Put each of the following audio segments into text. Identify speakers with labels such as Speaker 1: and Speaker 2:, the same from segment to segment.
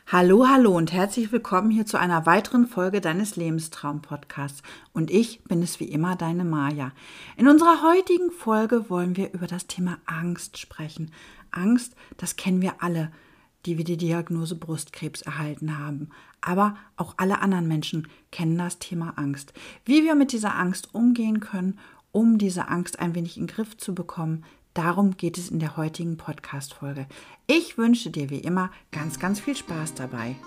Speaker 1: Hallo, hallo und herzlich willkommen hier zu einer weiteren Folge deines Lebenstraum-Podcasts. Und ich bin es wie immer, deine Maja. In unserer heutigen Folge wollen wir über das Thema Angst sprechen. Angst, das kennen wir alle, die wir die Diagnose Brustkrebs erhalten haben. Aber auch alle anderen Menschen kennen das Thema Angst. Wie wir mit dieser Angst umgehen können, um diese Angst ein wenig in den Griff zu bekommen, darum geht es in der heutigen Podcast-Folge. Ich wünsche dir wie immer ganz, ganz viel Spaß dabei.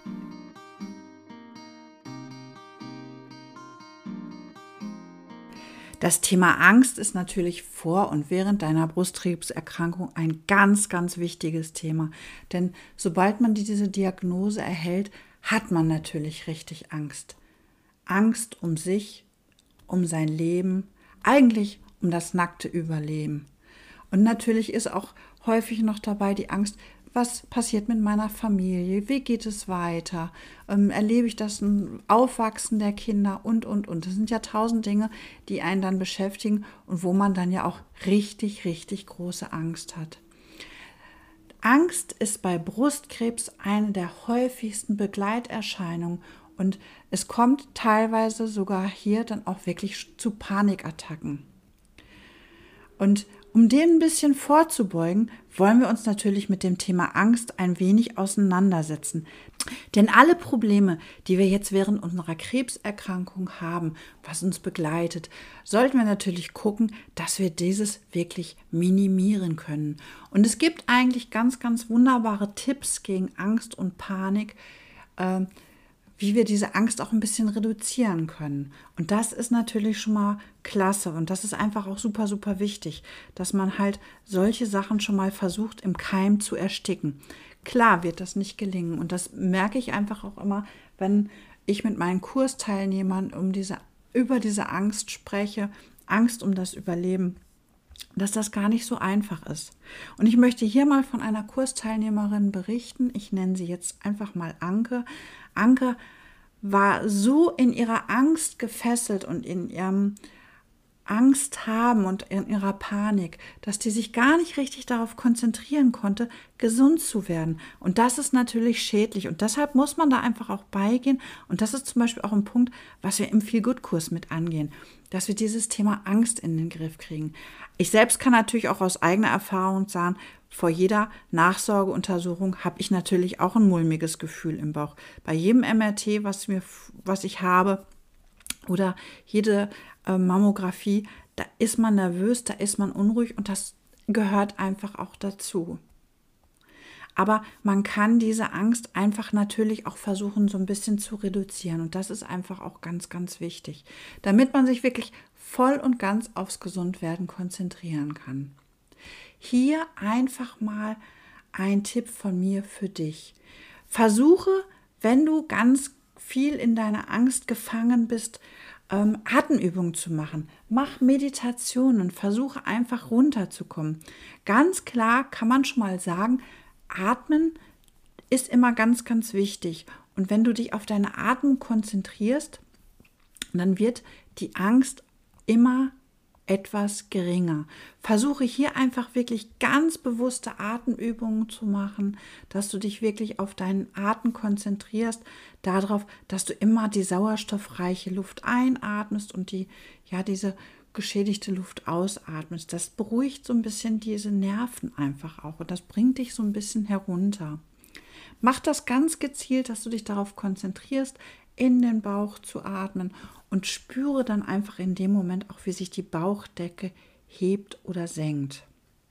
Speaker 1: Das Thema Angst ist natürlich vor und während deiner Brustkrebserkrankung ein ganz, ganz wichtiges Thema. Denn sobald man diese Diagnose erhält, hat man natürlich richtig Angst. Angst um sich, um sein Leben, eigentlich um das nackte Überleben. Und natürlich ist auch häufig noch dabei die Angst, was passiert mit meiner Familie, wie geht es weiter, erlebe ich das Aufwachsen der Kinder und. Das sind ja 1000 Dinge, die einen dann beschäftigen und wo man dann ja auch richtig, richtig große Angst hat. Angst ist bei Brustkrebs eine der häufigsten Begleiterscheinungen und es kommt teilweise sogar hier dann auch wirklich zu Panikattacken. Und um dem ein bisschen vorzubeugen, wollen wir uns natürlich mit dem Thema Angst ein wenig auseinandersetzen. Denn alle Probleme, die wir jetzt während unserer Krebserkrankung haben, was uns begleitet, sollten wir natürlich gucken, dass wir dieses wirklich minimieren können. Und es gibt eigentlich ganz, ganz wunderbare Tipps gegen Angst und Panik, wie wir diese Angst auch ein bisschen reduzieren können. Und das ist natürlich schon mal klasse und das ist einfach auch super, super wichtig, dass man halt solche Sachen schon mal versucht, im Keim zu ersticken. Klar wird das nicht gelingen und das merke ich einfach auch immer, wenn ich mit meinen Kursteilnehmern über diese Angst spreche, Angst um das Überleben, dass das gar nicht so einfach ist. Und ich möchte hier mal von einer Kursteilnehmerin berichten. Ich nenne sie jetzt einfach mal Anke. Anke war so in ihrer Angst gefesselt und in ihrem Angst haben und in ihrer Panik, dass die sich gar nicht richtig darauf konzentrieren konnte, gesund zu werden. Und das ist natürlich schädlich und deshalb muss man da einfach auch beigehen. Und das ist zum Beispiel auch ein Punkt, was wir im Feel-Good-Kurs mit angehen, dass wir dieses Thema Angst in den Griff kriegen. Ich selbst kann natürlich auch aus eigener Erfahrung sagen, vor jeder Nachsorgeuntersuchung habe ich natürlich auch ein mulmiges Gefühl im Bauch. Bei jedem MRT, was ich habe, oder jede Mammographie, da ist man nervös, da ist man unruhig und das gehört einfach auch dazu. Aber man kann diese Angst einfach natürlich auch versuchen, so ein bisschen zu reduzieren. Und das ist einfach auch ganz, ganz wichtig, damit man sich wirklich voll und ganz aufs Gesundwerden konzentrieren kann. Hier einfach mal ein Tipp von mir für dich. Versuche, wenn du ganz viel in deiner Angst gefangen bist, Atemübungen zu machen. Mach Meditationen, versuche einfach runterzukommen. Ganz klar kann man schon mal sagen, Atmen ist immer ganz, ganz wichtig. Und wenn du dich auf deine Atmung konzentrierst, dann wird die Angst immer etwas geringer. Versuche hier einfach wirklich ganz bewusste Atemübungen zu machen, dass du dich wirklich auf deinen Atem konzentrierst, darauf, dass du immer die sauerstoffreiche Luft einatmest und diese geschädigte Luft ausatmest. Das beruhigt so ein bisschen diese Nerven einfach auch und das bringt dich so ein bisschen herunter. Mach das ganz gezielt, dass du dich darauf konzentrierst, in den Bauch zu atmen und spüre dann einfach in dem Moment auch, wie sich die Bauchdecke hebt oder senkt.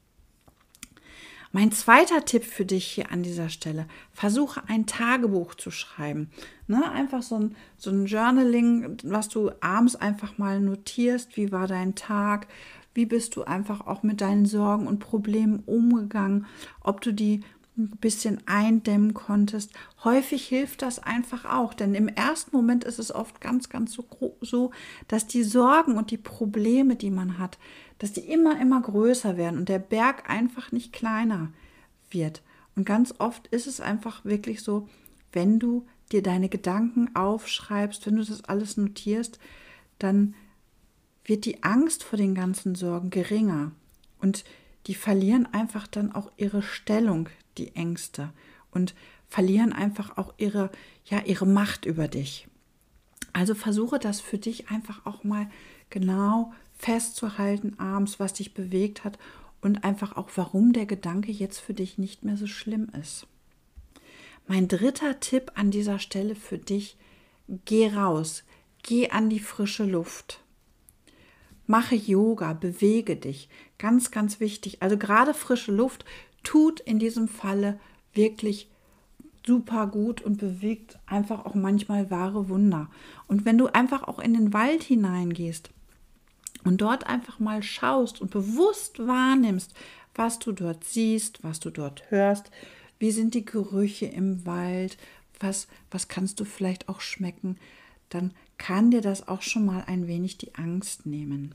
Speaker 1: Mein zweiter Tipp für dich hier an dieser Stelle, versuche ein Tagebuch zu schreiben. Einfach so ein Journaling, was du abends einfach mal notierst, wie war dein Tag, wie bist du einfach auch mit deinen Sorgen und Problemen umgegangen, ob du die ein bisschen eindämmen konntest. Häufig hilft das einfach auch, denn im ersten Moment ist es oft ganz, ganz so, dass die Sorgen und die Probleme, die man hat, dass die immer, immer größer werden und der Berg einfach nicht kleiner wird. Und ganz oft ist es einfach wirklich so, wenn du dir deine Gedanken aufschreibst, wenn du das alles notierst, dann wird die Angst vor den ganzen Sorgen geringer und die verlieren einfach dann auch ihre Stellung, die Ängste. Und verlieren einfach auch ihre Macht über dich. Also versuche das für dich einfach auch mal genau festzuhalten abends, was dich bewegt hat und einfach auch, warum der Gedanke jetzt für dich nicht mehr so schlimm ist. Mein dritter Tipp an dieser Stelle für dich: Geh raus, geh an die frische Luft. Mache Yoga, bewege dich. Ganz, ganz wichtig. Also gerade frische Luft tut in diesem Falle wirklich super gut und bewegt einfach auch manchmal wahre Wunder. Und wenn du einfach auch in den Wald hineingehst und dort einfach mal schaust und bewusst wahrnimmst, was du dort siehst, was du dort hörst, wie sind die Gerüche im Wald, was kannst du vielleicht auch schmecken, dann kann dir das auch schon mal ein wenig die Angst nehmen.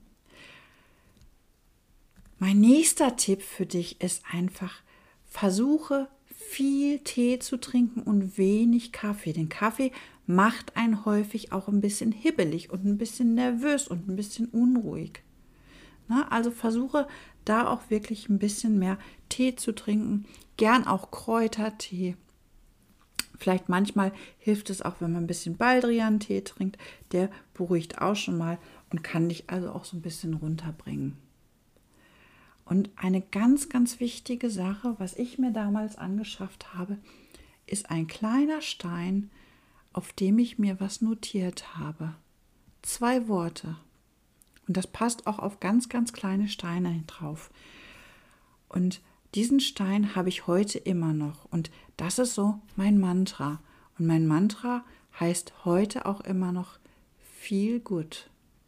Speaker 1: Mein nächster Tipp für dich ist einfach: Versuche viel Tee zu trinken und wenig Kaffee. Den Kaffee macht einen häufig auch ein bisschen hibbelig und ein bisschen nervös und ein bisschen unruhig. Also versuche da auch wirklich ein bisschen mehr Tee zu trinken, gern auch Kräutertee. Vielleicht manchmal hilft es auch, wenn man ein bisschen Baldrian-Tee trinkt. Der beruhigt auch schon mal und kann dich also auch so ein bisschen runterbringen. Und eine ganz, ganz wichtige Sache, was ich mir damals angeschafft habe, ist ein kleiner Stein, auf dem ich mir was notiert habe. 2 Worte. Und das passt auch auf ganz, ganz kleine Steine drauf. Und diesen Stein habe ich heute immer noch. Und das ist so mein Mantra. Und mein Mantra heißt heute auch immer noch Feel Good.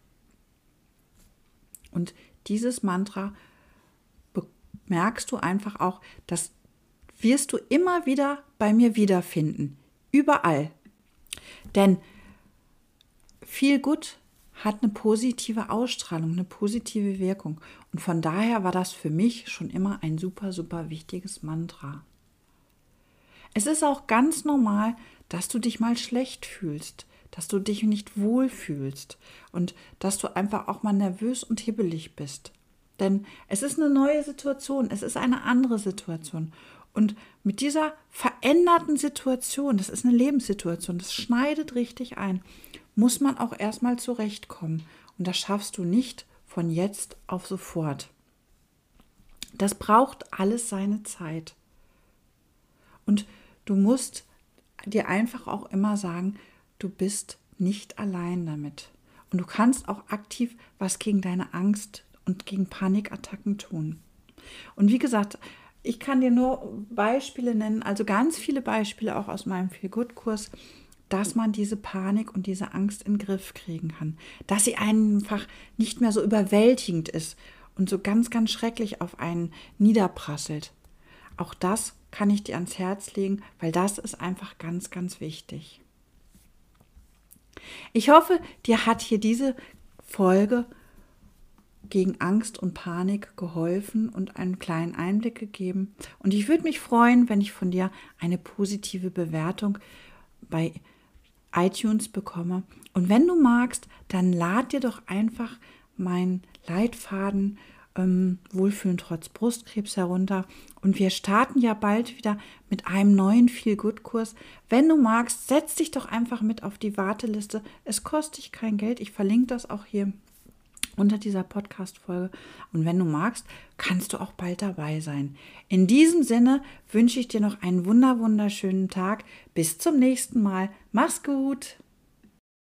Speaker 1: Und dieses Mantra merkst du einfach auch, das wirst du immer wieder bei mir wiederfinden. Überall. Denn Feel Good hat eine positive Ausstrahlung, eine positive Wirkung. Und von daher war das für mich schon immer ein super, super wichtiges Mantra. Es ist auch ganz normal, dass du dich mal schlecht fühlst, dass du dich nicht wohl fühlst und dass du einfach auch mal nervös und hibbelig bist. Denn es ist eine neue Situation, es ist eine andere Situation. Und mit dieser veränderten Situation, das ist eine Lebenssituation, das schneidet richtig ein, muss man auch erstmal zurechtkommen. Und das schaffst du nicht von jetzt auf sofort. Das braucht alles seine Zeit. Und du musst dir einfach auch immer sagen, du bist nicht allein damit. Und du kannst auch aktiv was gegen deine Angst und gegen Panikattacken tun. Und wie gesagt, ich kann dir nur Beispiele nennen, also ganz viele Beispiele auch aus meinem Feel-Good-Kurs, dass man diese Panik und diese Angst in den Griff kriegen kann. Dass sie einfach nicht mehr so überwältigend ist und so ganz, ganz schrecklich auf einen niederprasselt. Auch das kann ich dir ans Herz legen, weil das ist einfach ganz, ganz wichtig. Ich hoffe, dir hat hier diese Folge gegen Angst und Panik geholfen und einen kleinen Einblick gegeben. Und ich würde mich freuen, wenn ich von dir eine positive Bewertung bei iTunes bekomme. Und wenn du magst, dann lad dir doch einfach meinen Leitfaden Wohlfühlen trotz Brustkrebs herunter. Und wir starten ja bald wieder mit einem neuen Feel-Good-Kurs. Wenn du magst, setz dich doch einfach mit auf die Warteliste. Es kostet dich kein Geld. Ich verlinke das auch hier unter dieser Podcast-Folge. Und wenn du magst, kannst du auch bald dabei sein. In diesem Sinne wünsche ich dir noch einen wunderschönen Tag. Bis zum nächsten Mal. Mach's gut!